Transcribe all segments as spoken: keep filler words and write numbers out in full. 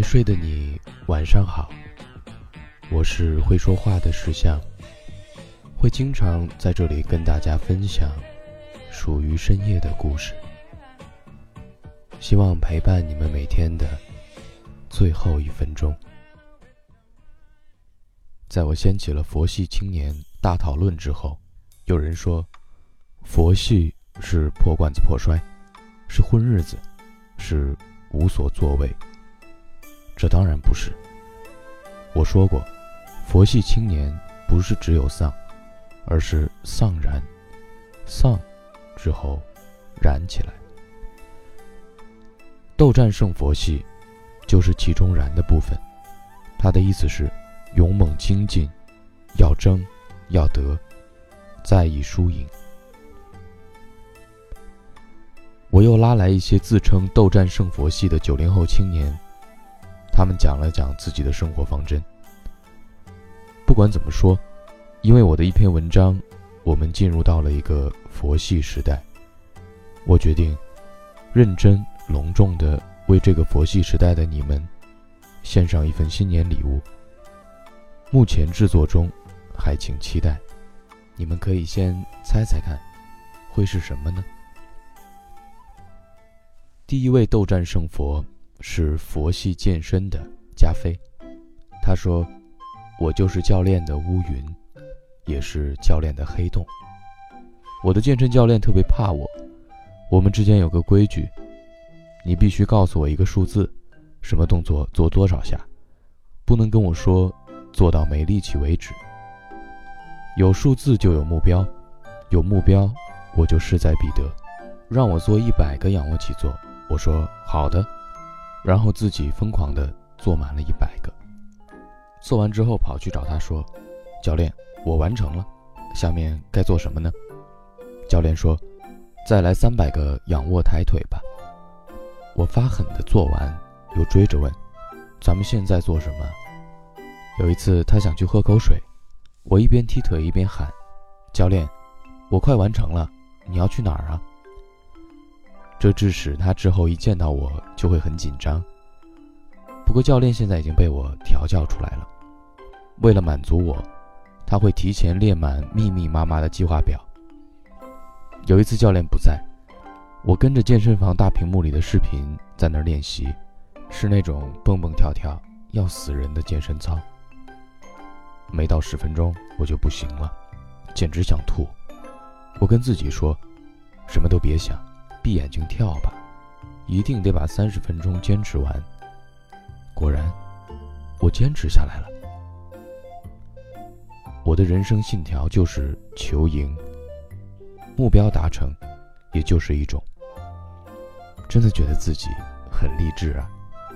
睡的你晚上好，我是会说话的石像，会经常在这里跟大家分享属于深夜的故事，希望陪伴你们每天的最后一分钟。在我掀起了佛系青年大讨论之后，有人说佛系是破罐子破摔，是混日子，是无所作为。这当然不是。我说过，佛系青年不是只有丧，而是丧然，丧之后燃起来。斗战胜佛系就是其中燃的部分，它的意思是勇猛精进，要争要得，在意输赢。我又拉来一些自称斗战胜佛系的九零后青年，他们讲了讲自己的生活方针。不管怎么说，因为我的一篇文章，我们进入到了一个佛系时代。我决定认真隆重地为这个佛系时代的你们献上一份新年礼物。目前制作中，还请期待。你们可以先猜猜看，会是什么呢？第一位斗战胜佛是佛系健身的加菲。他说，我就是教练的乌云，也是教练的黑洞。我的健身教练特别怕我，我们之间有个规矩，你必须告诉我一个数字，什么动作做多少下，不能跟我说做到没力气为止。有数字就有目标，有目标我就势在必得。让我做一百个仰卧起坐，我说好的，然后自己疯狂地做满了一百个。做完之后跑去找他说，教练，我完成了，下面该做什么呢？教练说，再来三百个仰卧抬腿吧。我发狠地做完，又追着问，咱们现在做什么？有一次他想去喝口水，我一边踢腿一边喊，教练，我快完成了，你要去哪儿啊？这致使他之后一见到我就会很紧张。不过教练现在已经被我调教出来了，为了满足我，他会提前列满密密麻麻的计划表。有一次教练不在，我跟着健身房大屏幕里的视频在那儿练习，是那种蹦蹦跳跳要死人的健身操。没到十分钟我就不行了，简直想吐。我跟自己说，什么都别想，闭眼睛跳吧，一定得把三十分钟坚持完。果然，我坚持下来了。我的人生信条就是求赢，目标达成也就是一种。真的觉得自己很励志啊。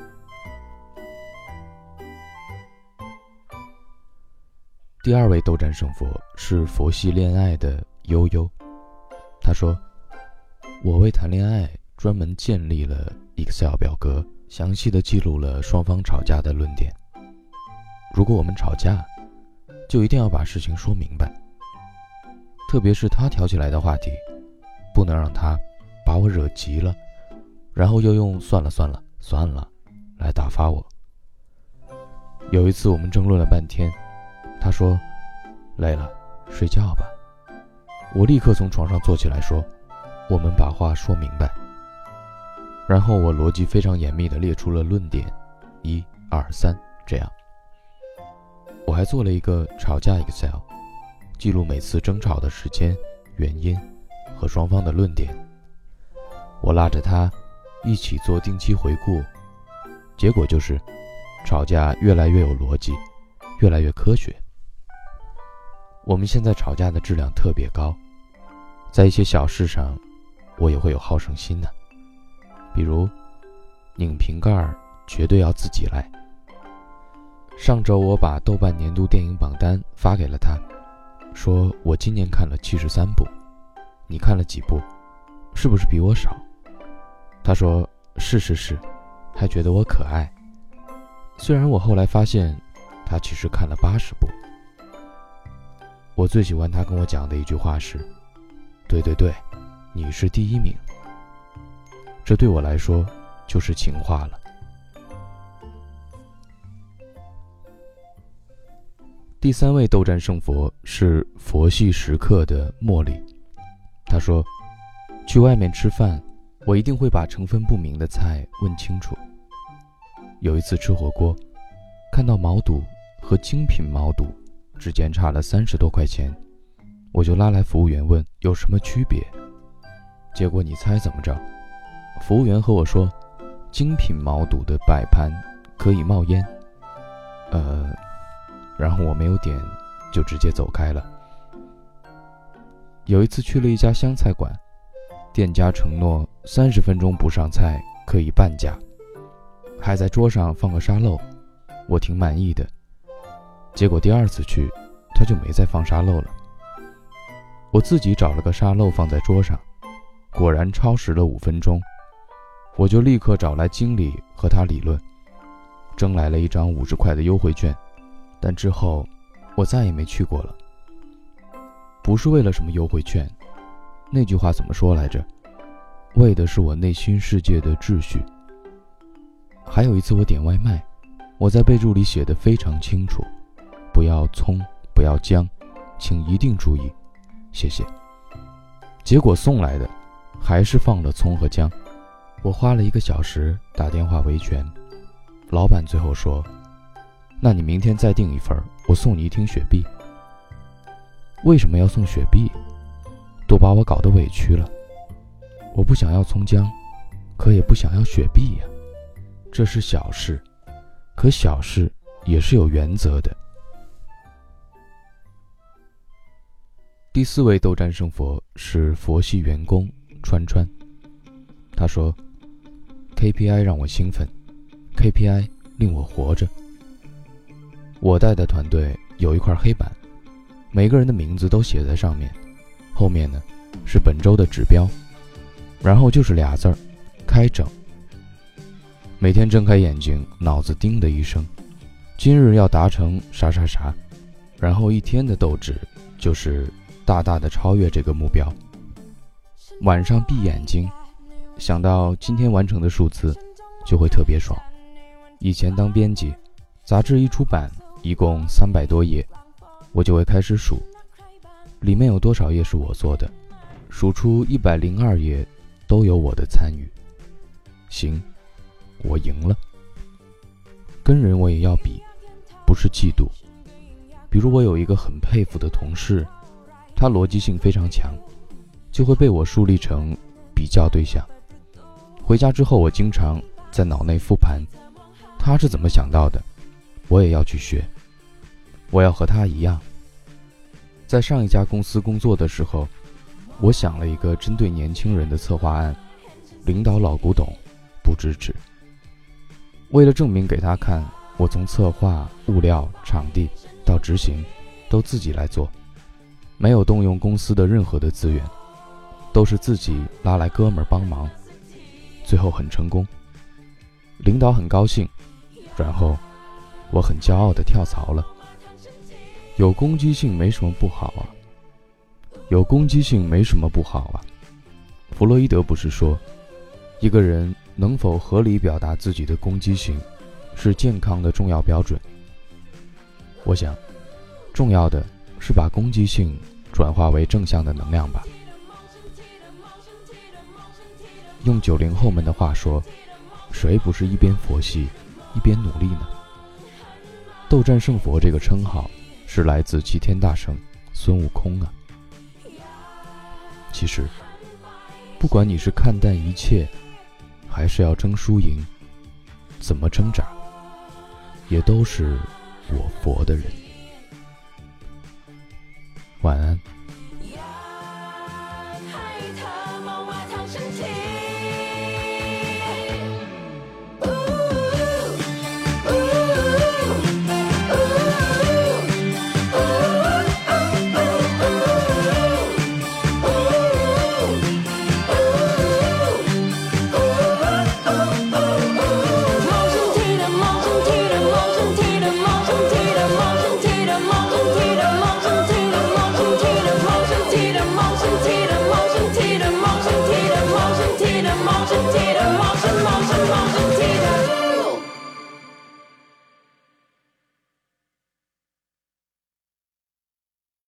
第二位斗战胜佛是佛系恋爱的悠悠。他说，我为谈恋爱专门建立了 Excel 表格，详细的记录了双方吵架的论点。如果我们吵架，就一定要把事情说明白，特别是他挑起来的话题，不能让他把我惹急了，然后又用算了算了算了来打发我。有一次我们争论了半天，他说，累了，睡觉吧。我立刻从床上坐起来说，我们把话说明白。然后我逻辑非常严密地列出了论点，一二三，这样。我还做了一个吵架 Excel， 记录每次争吵的时间、原因和双方的论点。我拉着他一起做定期回顾，结果就是吵架越来越有逻辑，越来越科学。我们现在吵架的质量特别高，在一些小事上我也会有好胜心呢、啊。比如拧瓶盖绝对要自己来。上周我把豆瓣年度电影榜单发给了他，说我今年看了七十三部，你看了几部？是不是比我少？他说是是是，还觉得我可爱。虽然我后来发现他其实看了八十部。我最喜欢他跟我讲的一句话是，对对对，你是第一名。这对我来说就是情话了。 第三位斗战胜佛是佛系食客的茉莉，他说，去外面吃饭，我一定会把成分不明的菜问清楚。有一次吃火锅，看到毛肚和精品毛肚之间差了三十多块钱，我就拉来服务员问有什么区别。结果你猜怎么着？服务员和我说，精品毛肚的摆盘可以冒烟。呃，然后我没有点，就直接走开了。有一次去了一家湘菜馆，店家承诺三十分钟不上菜可以半价，还在桌上放个沙漏，我挺满意的。结果第二次去，他就没再放沙漏了。我自己找了个沙漏放在桌上，果然超时了五分钟，我就立刻找来经理和他理论，争来了一张五十块的优惠券，但之后我再也没去过了。不是为了什么优惠券，那句话怎么说来着？为的是我内心世界的秩序。还有一次我点外卖，我在备注里写得非常清楚，不要葱，不要姜，请一定注意，谢谢。结果送来的还是放了葱和姜，我花了一个小时打电话维权，老板最后说，那你明天再订一份，我送你一听雪碧。为什么要送雪碧？都把我搞得委屈了。我不想要葱姜，可也不想要雪碧呀。这是小事，可小事也是有原则的。第四位斗战胜佛是佛系员工川川，他说 K P I 让我兴奋， K P I 令我活着。我带的团队有一块黑板，每个人的名字都写在上面，后面呢是本周的指标，然后就是俩字儿，开整。每天睁开眼睛，脑子叮的一声，今日要达成啥啥啥，然后一天的斗志就是大大的超越这个目标。晚上闭眼睛，想到今天完成的数字，就会特别爽。以前当编辑，杂志一出版，一共三百多页，我就会开始数，里面有多少页是我做的，数出一百零二页都有我的参与。行，我赢了。跟人我也要比，不是嫉妒。比如我有一个很佩服的同事，他逻辑性非常强，就会被我树立成比较对象。回家之后，我经常在脑内复盘，他是怎么想到的，我也要去学，我要和他一样。在上一家公司工作的时候，我想了一个针对年轻人的策划案，领导老古董不支持。为了证明给他看，我从策划、物料、场地到执行都自己来做，没有动用公司的任何的资源，都是自己拉来哥们儿帮忙，最后很成功。领导很高兴，然后我很骄傲地跳槽了。有攻击性没什么不好啊，有攻击性没什么不好啊。弗洛伊德不是说，一个人能否合理表达自己的攻击性，是健康的重要标准。我想，重要的是把攻击性转化为正向的能量吧。用九零后们的话说，谁不是一边佛系一边努力呢？斗战胜佛这个称号是来自齐天大圣孙悟空啊。其实不管你是看淡一切，还是要争输赢，怎么挣扎，也都是我佛的人。晚安。 Motion